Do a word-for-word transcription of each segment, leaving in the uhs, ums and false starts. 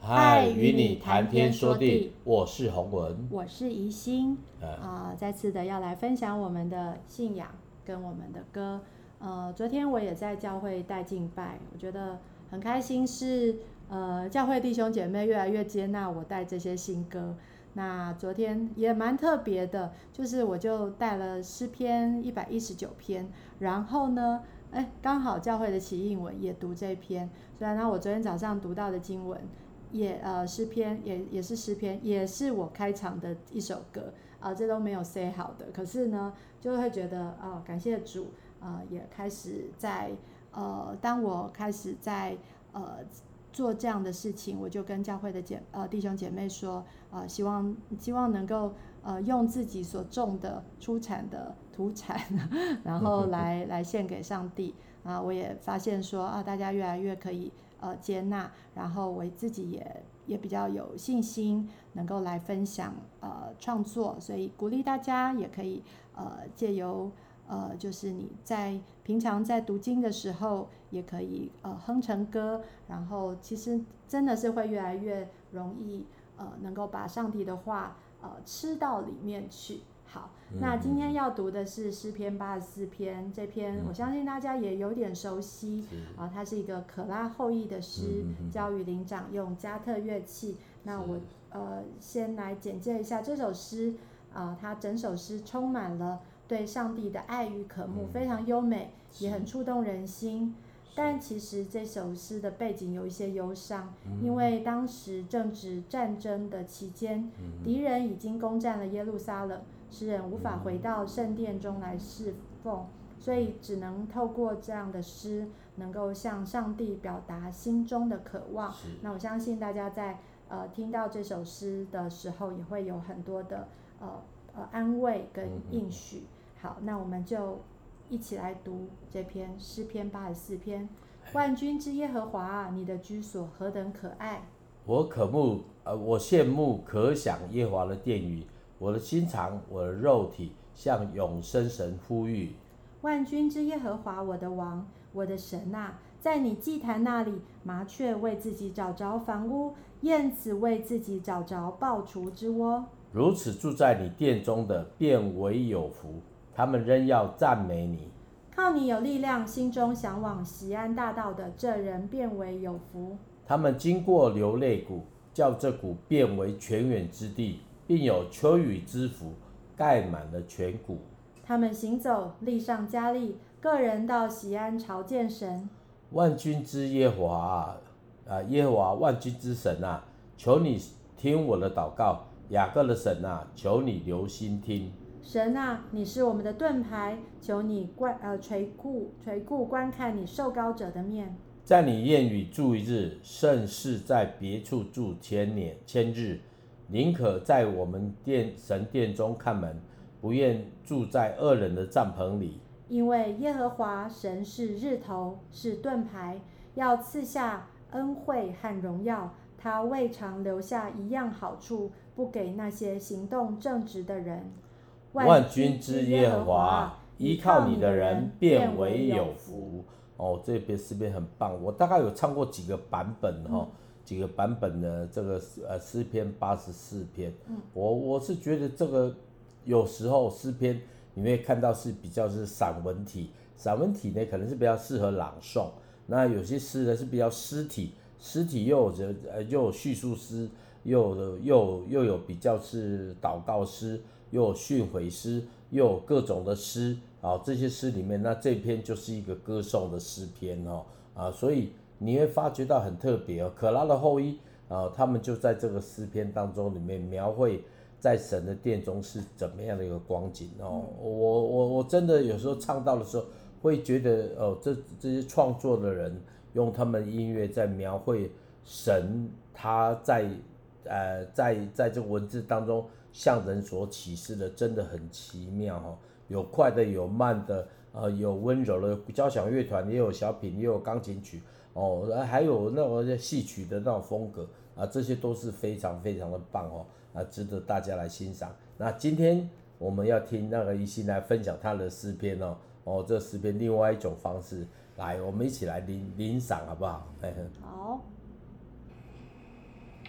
嗨，与你谈天说地，我是洪文， 我是怡心， 呃啊、呃，再次的要来分享我们的信仰跟我们的歌。呃，昨天我也在教会带敬拜，我觉得很开心是，呃，教会弟兄姐妹越来越接纳我带这些新歌。那昨天也蛮特别的，就是我就带了诗篇一百一十九篇，然后呢，哎，刚好教会的启应文也读这篇，所以呢，我昨天早上读到的经文。也呃诗篇也也是诗篇，也是我开场的一首歌啊、呃，这都没有 say 好的，可是呢，就会觉得啊、呃，感谢主啊、呃，也开始在呃，当我开始在呃做这样的事情，我就跟教会的姐呃弟兄姐妹说，呃，希望希望能够呃用自己所种的出产的土产，然后来来献给上帝啊、呃，我也发现说啊，大家越来越可以。呃接纳，然后我自己也也比较有信心，能够来分享呃创作，所以鼓励大家也可以呃借由呃就是你在平常在读经的时候，也可以呃哼成歌，然后其实真的是会越来越容易呃能够把上帝的话呃吃到里面去。好，那今天要读的是诗篇八十四篇，这篇我相信大家也有点熟悉啊、呃，它是一个可拉后裔的诗，教与灵长用加特乐器。那我呃先来简介一下这首诗啊、呃，它整首诗充满了对上帝的爱与渴慕，非常优美，也很触动人心。但其实这首诗的背景有一些忧伤，因为当时正值战争的期间，敌人已经攻占了耶路撒冷，诗人无法回到圣殿中来侍奉，所以只能透过这样的诗，能够向上帝表达心中的渴望。那我相信大家在呃听到这首诗的时候，也会有很多的呃呃安慰跟应许。好，那我们就一起来读这篇诗篇八十四篇。万军之耶和华啊，你的居所何等可爱！ 我渴慕，呃，我羡慕可想耶和华的殿宇，我的心肠，我的肉体向永生神呼吁。 万军之耶和华，我的王，我的神啊，在你祭坛那里，麻雀为自己找着房屋，燕子为自己找着抱雏之窝。 如此住在你殿中的，便为有福，他们仍要赞美你。 靠你有力量，心中向往锡安大道的，这人便为有福。 他们经过流泪谷，叫这谷变为泉源之地，并有秋雨之福，盖满了全谷。 他们行走，力上加力，个人到锡安朝见神。 万军之耶和华啊，啊耶和华万军之神啊，求你听我的祷告，雅各的神啊，求你留心听。 神啊，你是我们的盾牌，求你观呃垂顾垂顾观看你受膏者的面。 在你宴宇住一日，胜似在别处住千年千日。宁可在我们殿神殿中看门，不愿住在恶人的帐篷里。 因为耶和华神是日头，是盾牌，要赐下恩惠和荣耀。他未尝留下一样好处，不给那些行动正直的人。 万军之耶和华，依靠你的人变为有福。哦，这边诗篇很棒，我大概有唱过几个版本哈、哦嗯，几个版本的这个呃诗篇八十四篇。嗯，我我是觉得这个有时候诗篇你会看到是比较是散文体，散文体呢可能是比较适合朗诵，那有些诗呢是比较诗体，诗体又有着呃又有叙述诗，又有又又有比较是祷告诗，又有训诲诗，又有各种的诗啊，这些诗里面，那这篇就是一个歌颂的诗篇哦啊，所以你会发觉到很特别哦。可拉的后裔啊，他们就在这个诗篇当中里面描绘在神的殿中是怎么样的一个光景哦。我我我真的有时候唱到的时候，会觉得哦，这这些创作的人用他们音乐在描绘神，他在呃在在这个文字当中向人所启示的，真的很奇妙哦。有快的，有慢的，呃，有温柔的交响乐团，也有小品，也有钢琴曲，哦，还有那种戏曲的那种风格啊，这些都是非常非常的棒哦，啊，值得大家来欣赏。那今天我们要听那个一心来分享他的诗篇哦，哦，这诗篇另外一种方式，来，我们一起来聆聆赏好不好？ 好。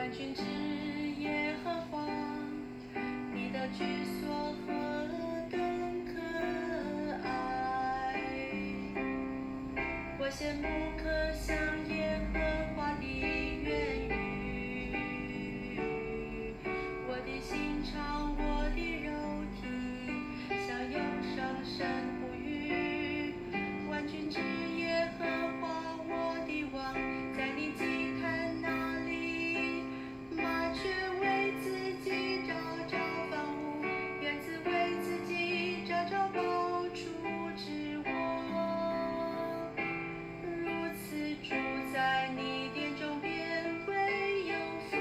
万军之耶和华，你的居所何等可爱！我羡慕可想耶和华的言语，我的心肠，我的肉体，像有声声呼吁。万军之耶和华，我的王，在你祭坛那里，麻雀为自己找找房屋，燕子为自己找找宝处之窝。如此住在你殿中，便为有福。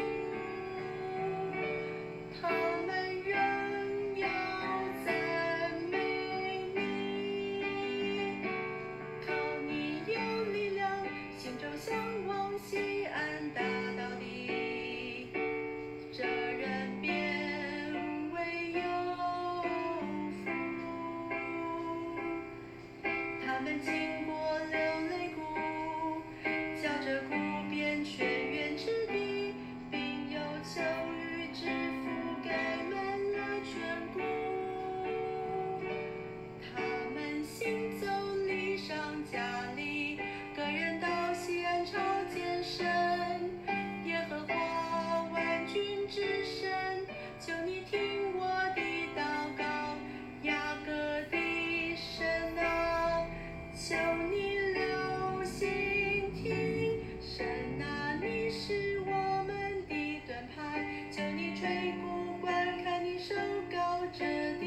他们仍要赞美你，靠你有力量，心中向往西安大道的，这人便为有福。他们经过流泪谷，叫着谷边泉源之地，并有秋雨之覆盖满了全谷。他们行走礼上加力，个人到西安朝见神。耶和华万军之神，求你听我的祷告，雅各的神啊，求你留心听。神啊，你是我们的盾牌，求你垂顾观看你手高者的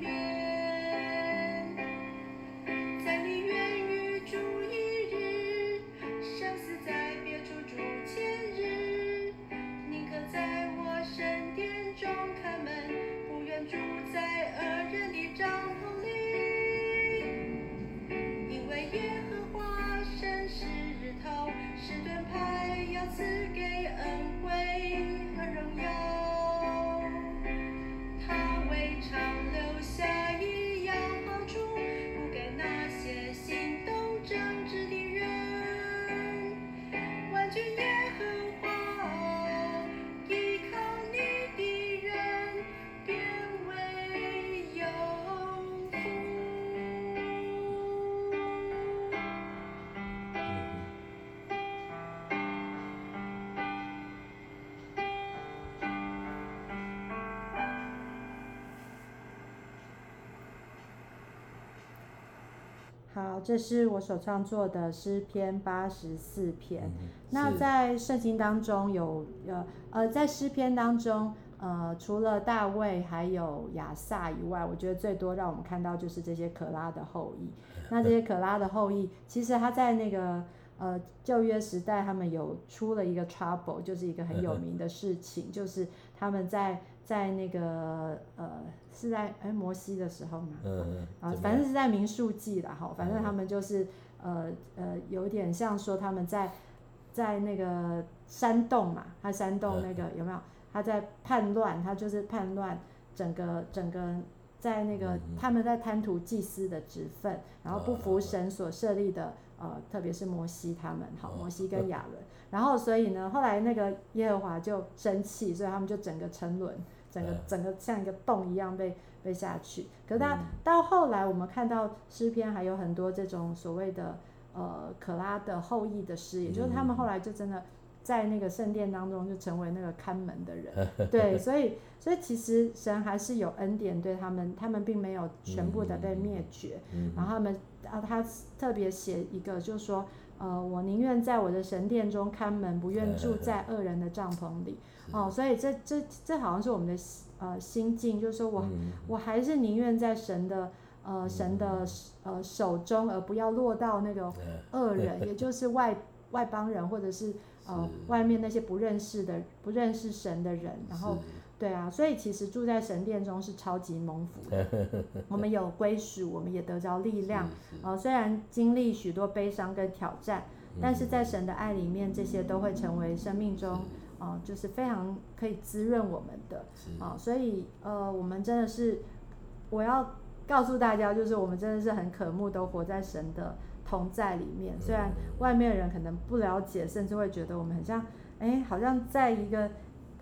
面。在你愿与主一日，生死在别处住千日。宁可在我神殿中看门，不愿住在恶人的帐篷里。因为耶和华神是日头，是盾牌，要赐给恩惠和荣耀。他未尝留下一样好处，不给那些行动正直的人。万军耶和华，依靠你的人便为有福。好，这是我所创作的诗篇八十四篇。 嗯那在圣经当中有呃呃，在诗篇当中，呃，除了大卫还有亚萨以外，我觉得最多让我们看到就是这些可拉的后裔。那这些可拉的后裔，其实他在那个呃旧约时代，他们有出了一个 trouble， 就是一个很有名的事情，就是他们在在那个呃是在哎摩西的时候嘛， 嗯啊，反正是在民数记啦哈，反正他们就是呃呃有点像说他们在在那个煽动嘛，他煽动那个有没有？他在叛乱，他就是叛乱整个整个在那个他们在贪图祭司的职分，然后不服神所设立的呃，特别是摩西他们，好，摩西跟亚伦，然后所以呢，后来那个耶和华就生气，所以他们就整个沉沦。整个整个像一个洞一样被被下去。可是到到后来，我们看到诗篇还有很多这种所谓的呃可拉的后裔的诗，也就是他们后来就真的在那个圣殿当中就成为那个看门的人。对，所以所以其实神还是有恩典对他们，他们并没有全部的被灭绝。然后他们啊，他特别写一个，就是说。呃，我宁愿在我的神殿中看门，不愿住在恶人的帐篷里。哦，所以这这这好像是我们的呃心境，就是说我、嗯、我还是宁愿在神的呃神的呃手中，而不要落到那个恶人，也就是外外邦人或者是呃外面那些不认识的不认识神的人，然后。对啊，所以其实住在神殿中是超级蒙福的。我们有归属，我们也得着力量。呃，虽然经历许多悲伤跟挑战，但是在神的爱里面，这些都会成为生命中，呃，就是非常可以滋润我们的。啊、呃，所以呃，我们真的是，我要告诉大家，就是我们真的是很渴慕都活在神的同在里面。虽然外面的人可能不了解，甚至会觉得我们很像，哎，好像在一个。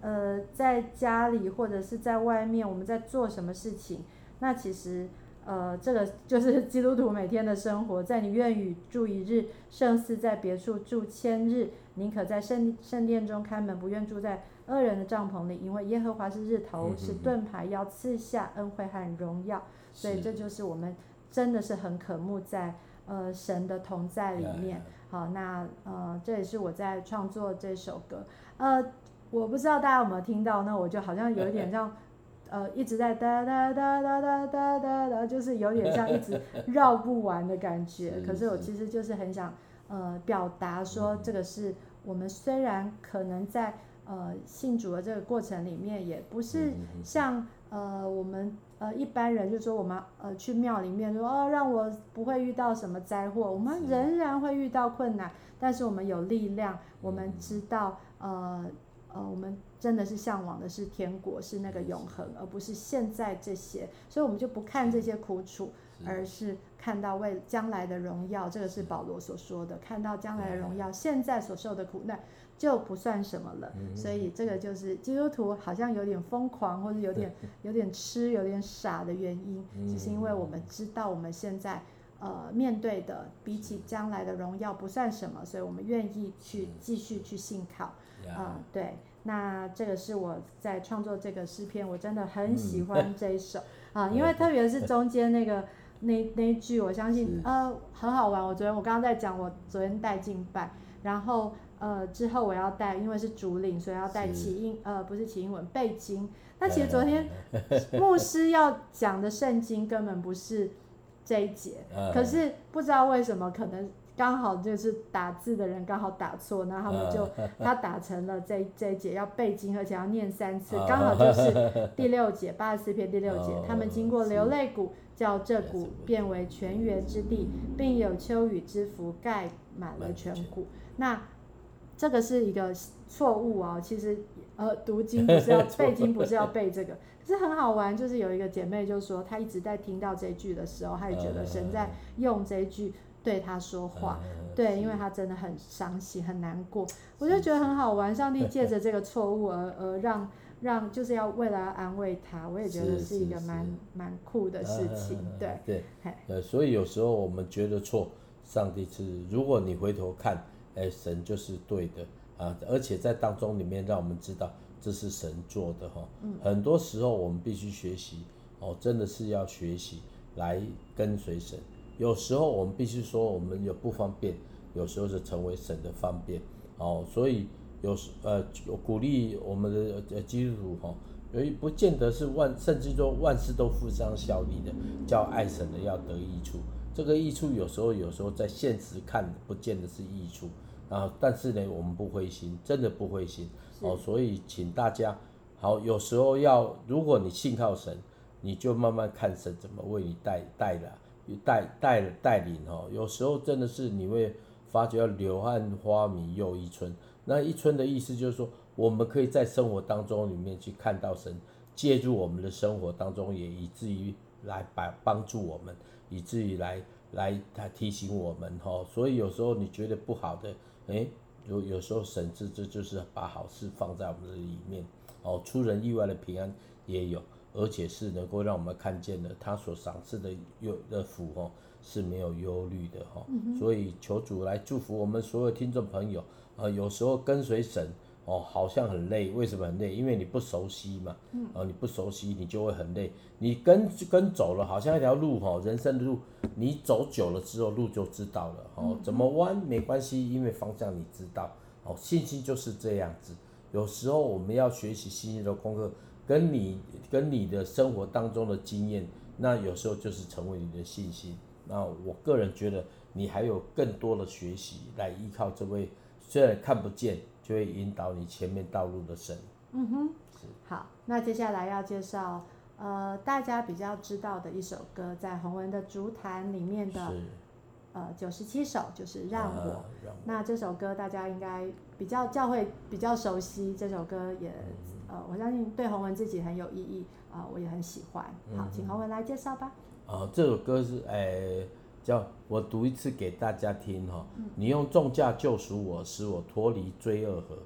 呃在家里或者是在外面我们在做什么事情，那其实呃这个就是基督徒每天的生活，在你愿与住一日，胜似在别处住千日，宁可在圣圣殿中看门，不愿住在恶人的帐篷里，因为耶和华是日头， 嗯是盾牌，要赐下恩惠和荣耀。所以这就是我们真的是很渴慕在呃神的同在里面。好，那呃这也是我在创作这首歌。呃，我不知道大家有没有听到，那我就好像有一点像呃一直在哒哒哒哒哒哒哒哒，就是有点像一直绕不完的感觉。可是我其实就是很想呃表达说，这个是我们虽然可能在呃信主的这个过程里面，也不是像呃我们呃一般人就说我们呃去庙里面说哦让我不会遇到什么灾祸，我们仍然会遇到困难，但是我们有力量，我们知道呃呃我们真的是向往的是天国，是那个永恒，而不是现在这些，所以我们就不看这些苦楚，而是看到为将来的荣耀。这个是保罗所说的，看到将来的荣耀，现在所受的苦难就不算什么了。所以这个就是基督徒好像有点疯狂，或者有点有点痴有点傻的原因，只是因为我们知道我们现在呃面对的比起将来的荣耀不算什么，所以我们愿意去继续去信靠。呃、对，那这个是我在创作这个诗篇，我真的很喜欢这一首啊、因为特别是中间那个那那一句，我相信呃很好玩。我昨天我刚刚在讲，我昨天带敬拜，然后呃之后我要带，因为是主领，所以要带起英呃不是起英文背经。那其实昨天牧师要讲的圣经根本不是这一节，可是不知道为什么，可能刚好就是打字的人刚好打错，然后他们就他打成了这这一节要背经，而且要念三次，刚好就是第六节八十四篇第六节，他们经过流泪谷，叫这谷变为泉源之地，并有秋雨之福盖满了全谷。那这个是一个错误哦，其实呃读经不是要背经，不是要背这个。可是很好玩，就是有一个姐妹就说，她一直在听到这一句的时候，她也觉得神在用这一句对她说话，对，因为她真的很伤心很难过，我就觉得很好玩。上帝借着这个错误而而让让就是要为了要安慰她，我也觉得是一个蛮蛮酷的事情，对对，呃，所以有时候我们觉得错，上帝是，如果你回头看，哎，神就是对的啊，而且在当中里面让我们知道这是神做的哈、嗯。很多时候我们必须学习哦，真的是要学习来跟随神。有时候我们必须说我们有不方便，有时候是成为神的方便哦。所以有时呃鼓励我们的呃基督徒哈，由于不见得是万，甚至说万事都互相效力的，叫爱神的要得益处。这个益处有时候有时候在现实看不见得是益处啊，但是呢我们不灰心，真的不灰心哦。所以请大家好，有时候要，如果你信靠神，你就慢慢看神怎么为你带带了带带带领哦。有时候真的是你会发觉要柳暗花明又一村。那一村的意思就是说，我们可以在生活当中里面去看到神介入我们的生活当中，也以至于来帮帮助我们，以至于来来提醒我们哈。所以有时候你觉得不好的，哎，有有时候神这这就是把好事放在我们的里面哦，出人意外的平安也有，而且是能够让我们看见了他所赏赐的忧的福哦，是没有忧虑的哈、嗯。所以求主来祝福我们所有听众朋友啊、呃，有时候跟随神哦，好像很累，为什么很累？因为你不熟悉嘛，嗯，啊，你不熟悉，你就会很累。你跟跟走了，好像一条路哈，人生的路，你走久了之后，路就知道了哦，怎么弯没关系，因为方向你知道。哦，信心就是这样子。有时候我们要学习信心的功课，跟你跟你的生活当中的经验，那有时候就是成为你的信心。那我个人觉得，你还有更多的学习来依靠这位虽然看不见，就会引导你前面道路的神。 嗯哼，好，那接下来要介绍呃大家比较知道的一首歌，在洪文的竹坛里面的呃九十七首，就是让我、啊、让我。那这首歌大家应该比较教会比较熟悉，这首歌也、嗯、呃我相信对洪文自己很有意义啊、呃，我也很喜欢。好，请洪文来介绍吧。 啊，这首歌是诶。叫我读一次给大家听哈、嗯，你用重价救赎我，使我脱离罪恶河，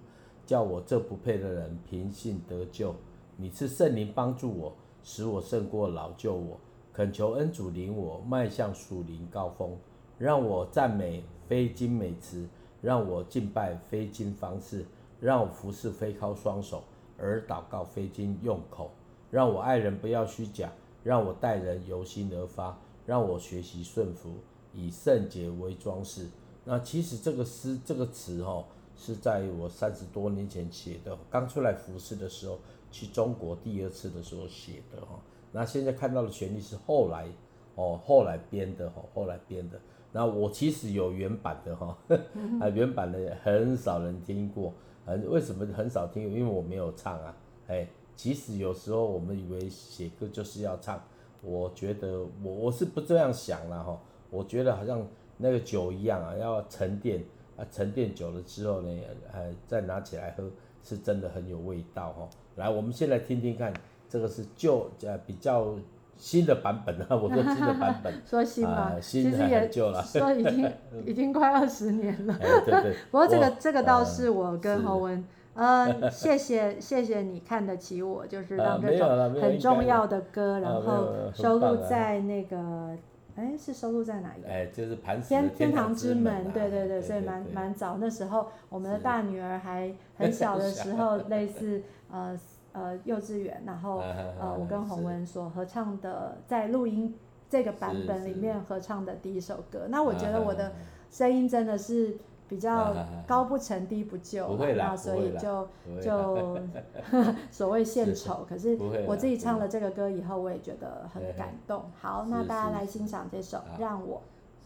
叫我这不配的人凭信得救。你赐圣灵帮助我，使我胜过老救我。恳求恩主领我迈向属灵高峰，让我赞美非经美词，让我敬拜非经方式，让我服侍非靠双手，而祷告非经用口。让我爱人不要虚假，让我待人由心而发，让我学习顺服，以圣洁为装饰。那其实这个诗这个词哦，是在我三十多年前写的，刚出来服侍的时候，去中国第二次的时候写的哈。那现在看到的旋律是后来哦，后来编的哈，后来编的。那我其实有原版的哈，啊原版的很少人听过，很为什么很少听？因为我没有唱啊，哎，其实有时候我们以为写歌就是要唱，我觉得我我是不这样想啦哈，我觉得好像那个酒一样啊，要沉淀啊，沉淀久了之后呢，呃，再拿起来喝，是真的很有味道哈。来，我们先来听听看。这个是旧呃比较新的版本啊，我说新的版本， 说新吗？ 呃、新的很旧了， 说已经已经快二十年了。 哎、对对。 不过这个这个倒是我跟侯文，呃，谢谢谢谢你看得起我，就是让这种很重要的歌，然后收录在那个。哎，是收录在哪一个？ 哎，就是磐石天天堂之门， 门、啊， 对对对，所以蛮蛮早，那时候我们的大女儿还很小的时候，类似呃呃幼稚园，然后呃我跟洪文所合唱的，在录音这个版本里面合唱的第一首歌。那我觉得我的声音真的是比较高不成低不就， 不会啦， 那所以就就所谓献丑。可是我自己唱了这个歌以后，我也觉得很感动。好，那大家来欣赏这首《让我》。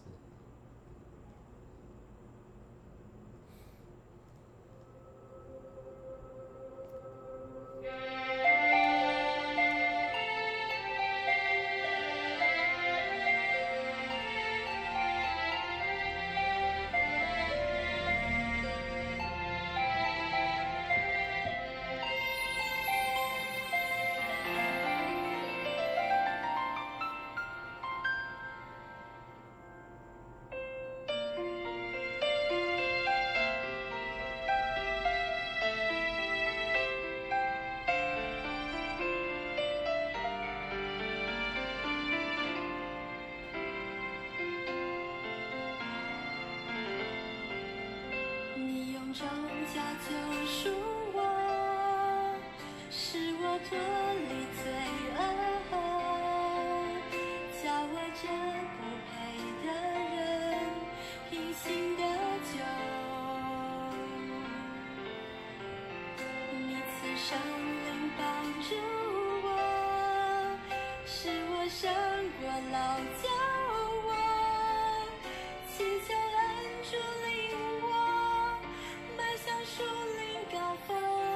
重价救赎我，使我脱离罪恶，叫我这不配的人因信得救。你赐圣灵帮助我，使我胜过老教我，祈求恩主领我迈向树林高峰，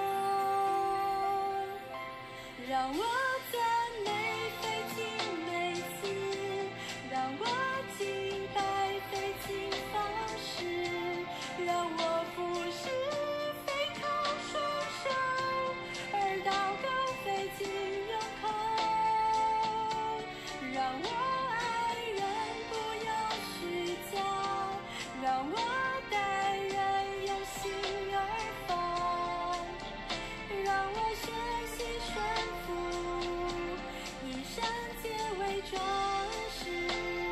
让我赞美非经美词，让我敬拜非经方式，让我服侍非靠双手，而祷告非经用口，让我爱人不要虚假，让我待人用心而放，让我学习顺服，以圣洁为装饰。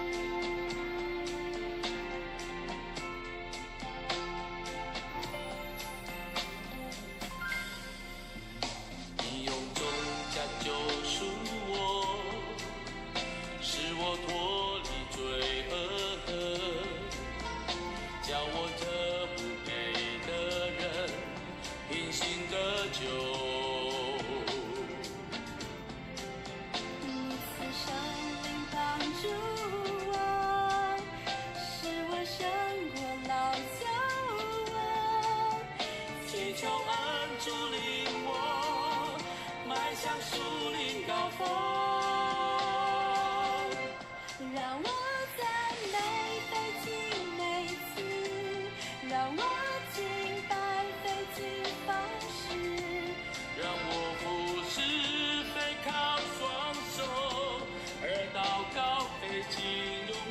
你用重价救赎我，使我脱离罪恶，叫我这不配的人因信得救。 你赐圣灵帮助我，使我胜过老教我， 祈求恩主领我迈向树林高峰， 让我赞美非经美词，让我敬拜非经方式， 让我服侍非靠双手，而祷告非经用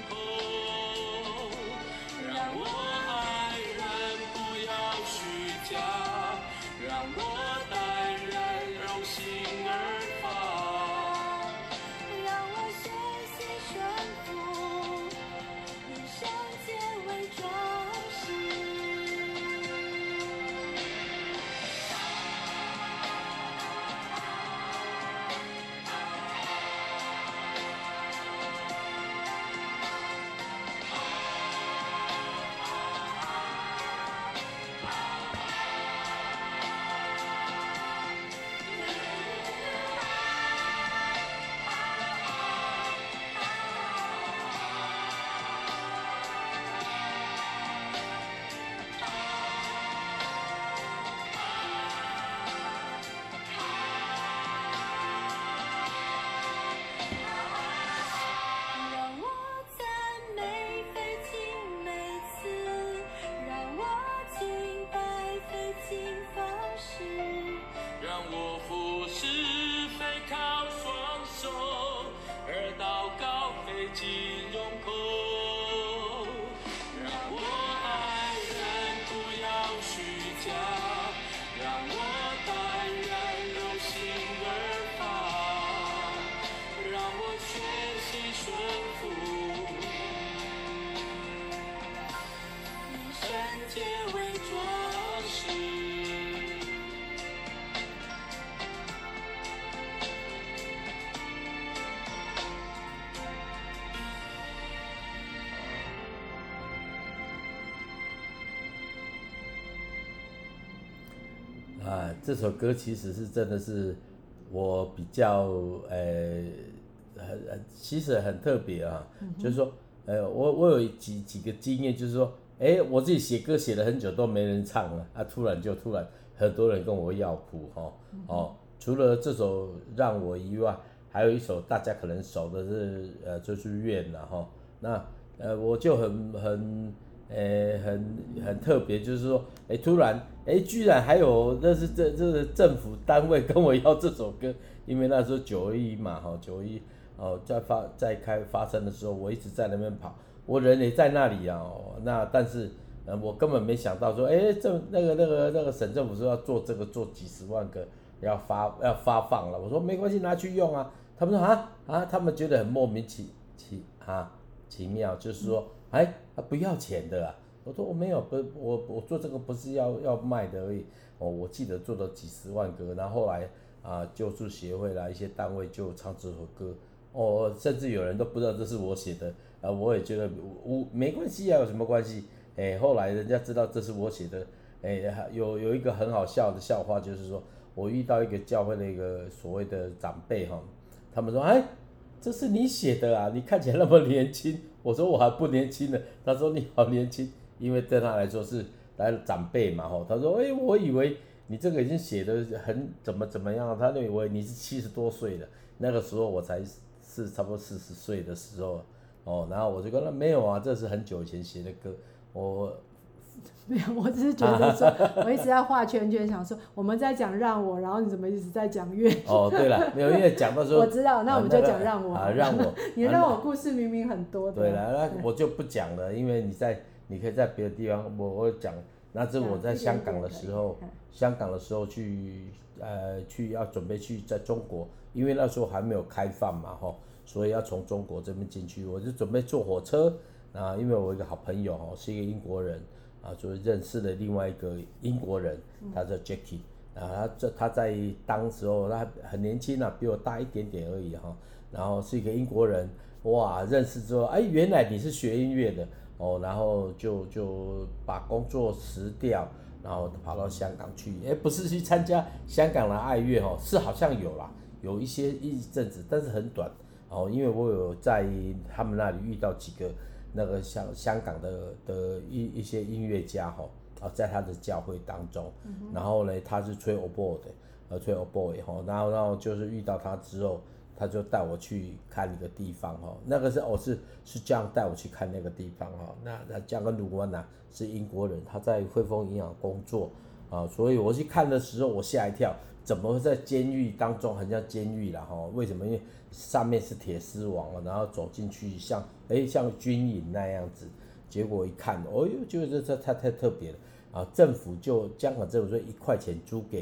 口，让我爱人不要虚假， 心而发， 让我学习顺服，以圣洁为装饰。让我赞美飞进每次，让我敬拜飞进方式。 让我服侍非靠双手，而祷告非进入口。让我爱人不要虚假，让我待人柔心而发，让我全心顺服，以圣洁为装饰。 啊，这首歌其实是真的是我比较呃很很其实很特别啊，嗯、就是说呃我我有几几个经验，就是说，哎，我自己写歌写了很久都没人唱了，啊，突然就突然很多人跟我要谱哈、哦嗯、哦，除了这首让我以外，还有一首大家可能熟的是呃就是愿了哈，那呃我就很很。诶、欸，很很特别，就是说，诶、欸，突然，诶、欸，居然还有那是这这政府单位跟我要这首歌，因为那时候九二一嘛，哈，九二一哦，在发在开发生的时候，我一直在那边跑，我人也在那里啊，哦，那但是，呃，我根本没想到说，诶、欸，这那个那个那个省政府说要做这个做几十万个要发要发放了，我说没关系，拿去用啊，他们说啊啊，他们觉得很莫名其其啊奇妙，就是说。哎，啊不要钱的啊！我说我没有，不，我我做这个不是要要卖的而已。哦，我记得做了几十万个，然后后来啊，救助协会啦，一些单位就唱这首歌。哦，甚至有人都不知道这是我写的啊，我也觉得无没关系啊，有什么关系？哎，后来人家知道这是我写的，哎，有有一个很好笑的笑话，就是说我遇到一个教会的一个所谓的长辈哈，他们说，哎，这是你写的啊，你看起来那么年轻。我说我还不年轻呢，他说你好年轻，因为对他来说是来长辈嘛吼。他说，哎、欸，我以为你这个已经写的很怎么怎么样，他就以为你是七十多岁的，那个时候我才是差不多四十岁的时候哦。然后我就跟他没有啊，这是很久以前写的歌，我没有，我只是觉得说，我一直在画圈圈，想说我们在讲让我，然后你怎么一直在讲愿？ 哦，对了，没有，因为讲到说， 我知道，那我们就讲让我啊，让我， 你让我故事明明很多的。 对了，那我就不讲了，因为你在，你可以在别的地方，我我讲，那是我在香港的时候，香港的时候去，呃，去要准备去在中国，因为那时候还没有开放嘛，吼，所以要从中国这边进去，我就准备坐火车，啊，因为我有一个好朋友哦，是一个英国人。啊，就是认识了另外一个英国人，他叫 Jackie， 啊，他这他在当时候他很年轻啊，比我大一点点而已哈，然后是一个英国人，哇，认识之后，哎，原来你是学音乐的哦，然后就就把工作辞掉，然后跑到香港去，哎，不是去参加香港的爱乐哦，是好像有啦，有一些一阵子，但是很短哦，因为我有在他们那里遇到几个。那个香香港的的一一些音乐家哈，啊，在他的教会当中，嗯、然后呢，他是吹 oboe 的，呃，吹 oboe 哈，然后然后就是遇到他之后，他就带我去看一个地方哈，那个是哦是是这样带我去看那个地方哈，那那这样跟卢湾呐是英国人，他在汇丰银行工作啊，所以我去看的时候我吓一跳，怎么会在监狱当中，很像监狱啦哈？为什么？因为上面是铁丝网，然后走进去像哎、欸、像军营那样子，结果一看，哦哟，觉得这太太特别了啊！政府就香港政府说一块钱租给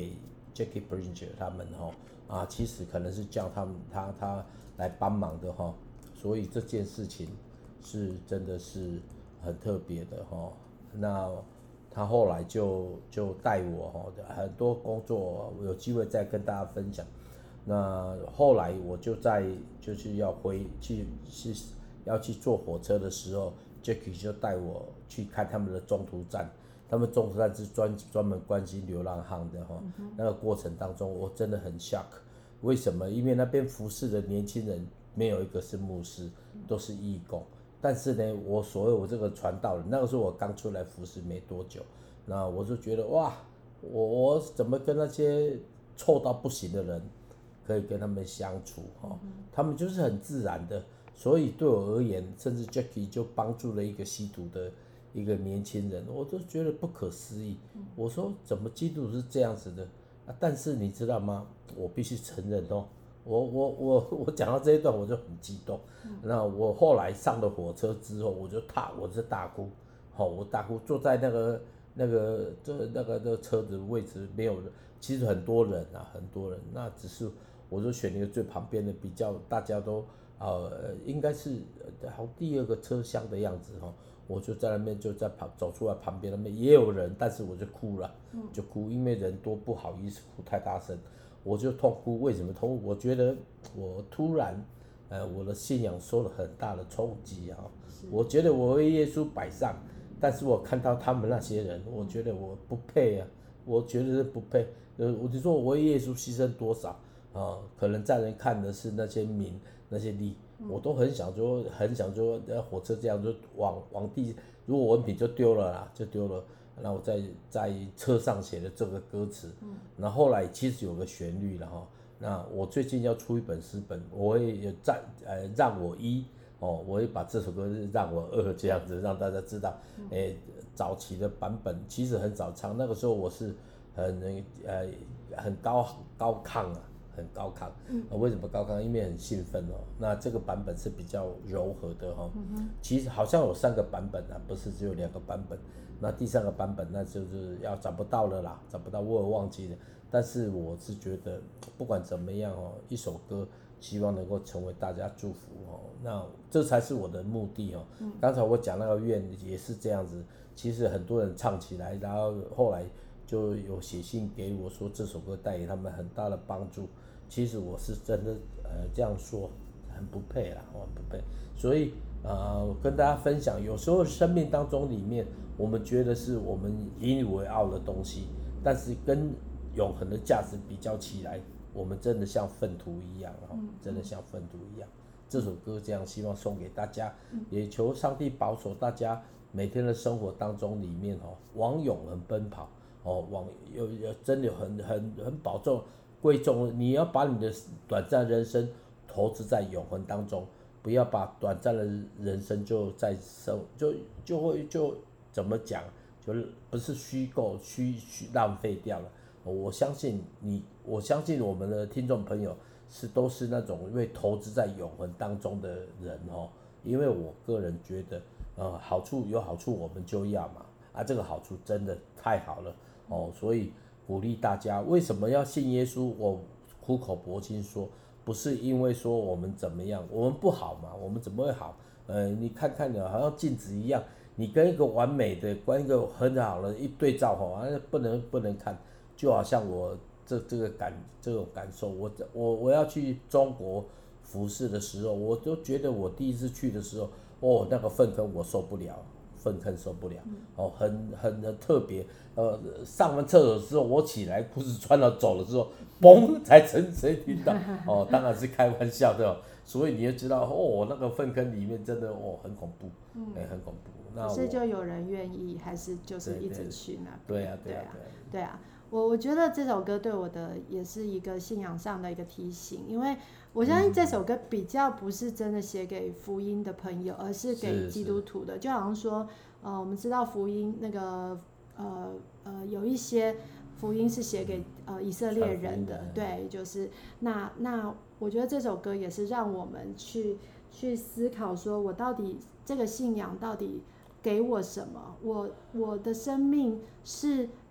Jackie Bridger 他们哈啊，其实可能是叫他们他他来帮忙的哈，所以这件事情是真的是很特别的哈。那他后来就就带我哈，很多工作我有机会再跟大家分享。那后来我就在就是要回去是要去坐火车的时候 ，Jackie 就带我去看他们的中途站。他们中途站是专专门关心流浪汉的哈、嗯，那个过程当中我真的很 shock。为什么？因为那边服侍的年轻人没有一个是牧师，都是义工。但是呢，我所谓我这个传道人，那个时候我刚出来服侍没多久，那我就觉得哇，我我怎么跟那些臭到不行的人可以跟他们相处哈、嗯？他们就是很自然的，所以对我而言，甚至 Jackie 就帮助了一个吸毒的一个年轻人，我都觉得不可思议。我说怎么基督是这样子的、啊？但是你知道吗？我必须承认哦，我我我我讲到这一段我就很激动。那我后来上了火车之后，我就大我是大哭，好、哦，我大哭，坐在那个那个这那个那个车子位置没有人，其实很多人啊，很多人，那只是我就选一个最旁边的，比较大家都呃应该是好第二个车厢的样子哈。哦，我就在那边就在旁走出来旁边那边也有人，但是我就哭了，就哭，因为人多不好意思哭太大声，我就痛哭。为什么痛哭？我觉得我突然，呃，我的信仰受了很大的冲击啊！我觉得我为耶稣摆上，但是我看到他们那些人，我觉得我不配啊，我觉得是不配。呃，我就说我为耶稣牺牲多少啊？可能在人看的是那些名那些利。我都很想说，很想说，火车这样就往往地，如果文凭就丢了啦，就丢了。然后我在在车上写的这个歌词，嗯，然后后来其实有个旋律了哈。那我最近要出一本诗本，我会在呃让我一哦，我会把这首歌让我二这样子让大家知道，诶、嗯，早期的版本其实很早唱，那个时候我是很呃很高高亢啊。很高亢、嗯呃，为什么高亢？因为很兴奋哦。那这个版本是比较柔和的哈、哦嗯。其实好像有三个版本啊，不是只有两个版本。那第三个版本那就是要找不到了啦，找不到我也忘记了。但是我是觉得不管怎么样哦，一首歌希望能够成为大家祝福哦。那这才是我的目的哦。嗯、刚才我讲那个愿也是这样子。其实很多人唱起来，然后后来就有写信给我说这首歌带给他们很大的帮助。其实我是真的呃这样说很不配啦，我很不配。所以呃我跟大家分享，有时候生命当中里面我们觉得是我们引以为傲的东西，但是跟永恒的价值比较起来，我们真的像粪土一样哈，真的像粪土一样。这首歌这样希望送给大家，也求上帝保守大家每天的生活当中里面哦，往永恒奔跑哦，往有有真的很很很保重。贵重，你要把你的短暂人生投资在永恒当中，不要把短暂的人生就在生就就会就怎么讲，就是不是虚构虚虚浪费掉了。我相信你，我相信我们的听众朋友是都是那种会投资在永恒当中的人哦，因为我个人觉得，呃，好处有好处我们就要嘛，啊，这个好处真的太好了哦，所以。鼓励大家，为什么要信耶稣？我苦口婆心说，不是因为说我们怎么样，我们不好嘛，我们怎么会好？呃，你看看你好像镜子一样，你跟一个完美的、跟一个很好的一对照哈，不能不能看，就好像我这这个感这种感受，我我我要去中国服侍的时候，我都觉得我第一次去的时候，哦，那个粪坑我受不了。粪坑受不了，哦，很很很特别，呃，上完厕所之后，我起来裤子穿了走了之后，嘣才真谁听到，哦，当然是开玩笑的，所以你就知道，哦，那个粪坑里面真的哦很恐怖，嗯，欸、很恐怖。那可是就有人愿意，还是就是一直去那边？ 对啊，对啊， 对啊。我我觉得这首歌对我的也是一个信仰上的一个提醒，因为我相信这首歌比较不是真的写给福音的朋友，而是给基督徒的。就好像说，呃，我们知道福音那个呃呃有一些福音是写给呃以色列人的，对，就是那那我觉得这首歌也是让我们去去思考，说我到底这个信仰到底给我什么？我我的生命是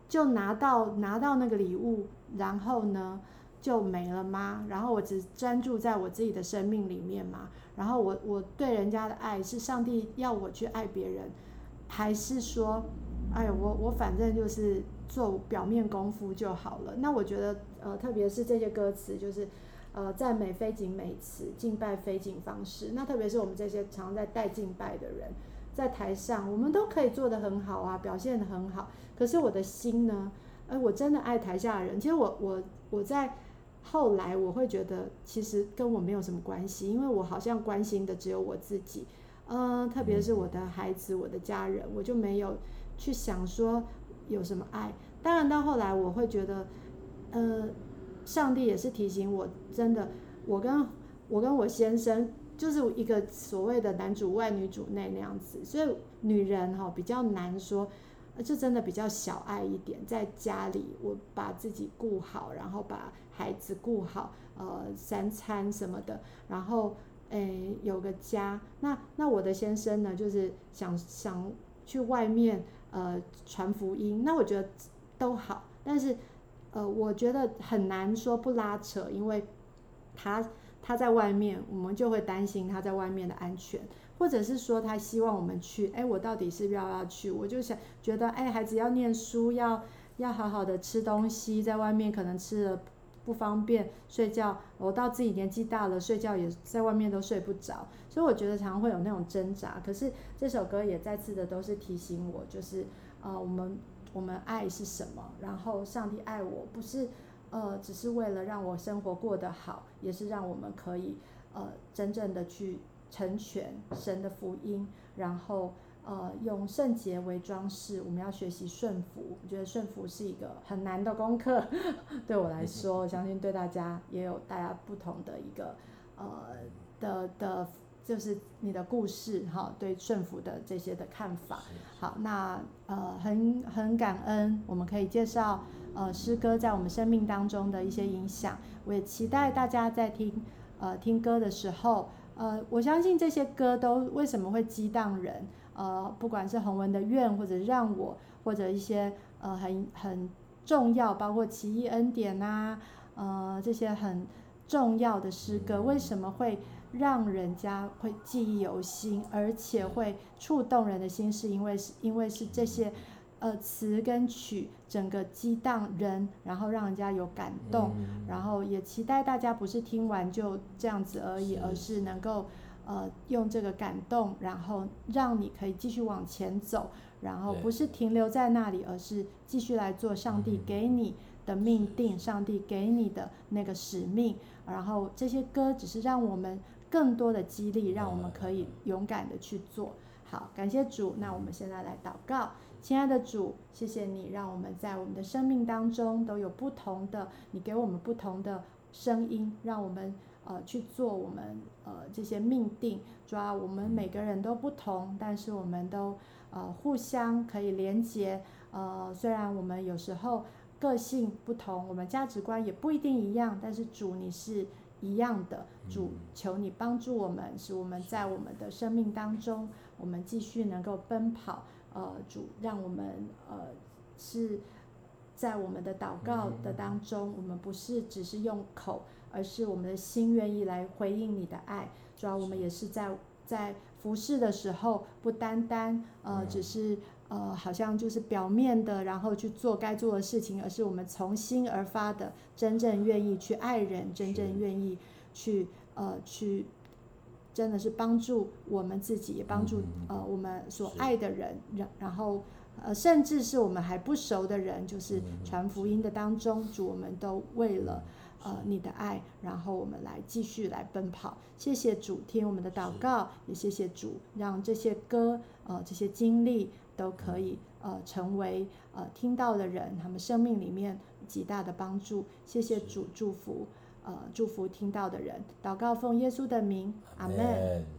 就拿到拿到那个礼物，然后呢就没了吗？然后我只专注在我自己的生命里面吗？然后我我对人家的爱是上帝要我去爱别人，还是说，哎呀，我我反正就是做表面功夫就好了？那我觉得，呃，特别是这些歌词，就是呃，赞美非仅美词，敬拜非仅方式。那特别是我们这些常在带敬拜的人，在台上我们都可以做得很好啊，表现得很好。可是我的心呢？哎，我真的爱台下的人。其实我我我在后来我会觉得，其实跟我没有什么关系，因为我好像关心的只有我自己，呃，特别是我的孩子、我的家人，我就没有去想说有什么爱。当然到后来我会觉得，呃，上帝也是提醒我，真的，我跟我跟我先生就是一个所谓的男主外女主内那样子，所以女人哈、哦、比较难说。就真的比较小爱一点，在家里我把自己顾好，然后把孩子顾好，呃，三餐什么的，然后诶有个家。那那我的先生呢，就是想想去外面呃传福音，那我觉得都好，但是呃我觉得很难说不拉扯，因为他他在外面，我们就会担心他在外面的安全。或者是说他希望我们去，哎，我到底是不是要要去？我就想觉得，哎，孩子要念书，要要好好的吃东西，在外面可能吃了不方便，睡觉，我到自己年纪大了，睡觉也在外面都睡不着，所以我觉得常常会有那种挣扎。可是这首歌也再次的都是提醒我，就是呃，我们我们爱是什么？然后上帝爱我，不是呃，只是为了让我生活过得好，也是让我们可以呃真正的去成全神的福音，然后呃用圣洁为装饰。我们要学习顺服，我觉得顺服是一个很难的功课，对我来说，我相信对大家也有大家不同的一个呃的的，就是你的故事哈，对顺服的这些的看法。好，那呃很很感恩，我们可以介绍呃诗歌在我们生命当中的一些影响。我也期待大家在听呃听歌的时候。呃，我相信这些歌都为什么会激荡人？呃，不管是洪文的愿，或者让我，或者一些呃很很重要，包括奇异恩典啊，呃这些很重要的诗歌，为什么会让人家会记忆犹新，而且会触动人的心？是因为是因为是这些呃词跟曲整个激荡人，然后让人家有感动，嗯、然后也期待大家不是听完就这样子而已，是而是能够呃用这个感动，然后让你可以继续往前走，然后不是停留在那里，而是继续来做上帝给你的命定，嗯、上帝给你的那个使命。然后这些歌只是让我们更多的激励，让我们可以勇敢的去做。好，感谢主。那我们现在来祷告。亲爱的主，谢谢你让我们在我们的生命当中都有不同的，你给我们不同的声音，让我们呃去做我们呃这些命定。主要我们每个人都不同，但是我们都呃互相可以连结。呃，虽然我们有时候个性不同，我们价值观也不一定一样，但是主你是一样的。主，求你帮助我们，使我们在我们的生命当中，我们继续能够奔跑。呃，主让我们呃是在我们的祷告的当中，我们不是只是用口，而是我们的心愿意来回应你的爱。主要我们也是在在服侍的时候，不单单呃只是呃好像就是表面的，然后去做该做的事情，而是我们从心而发的，真正愿意去爱人，真正愿意去呃去。真的是帮助我们自己，也帮助呃我们所爱的人，然然后呃甚至是我们还不熟的人，就是传福音的当中，主我们都为了呃你的爱，然后我们来继续来奔跑。谢谢主听我们的祷告，也谢谢主让这些歌呃这些经历都可以呃成为呃听到的人他们生命里面极大的帮助。谢谢主祝福。呃，祝福听到的人，祷告奉耶稣的名，阿们。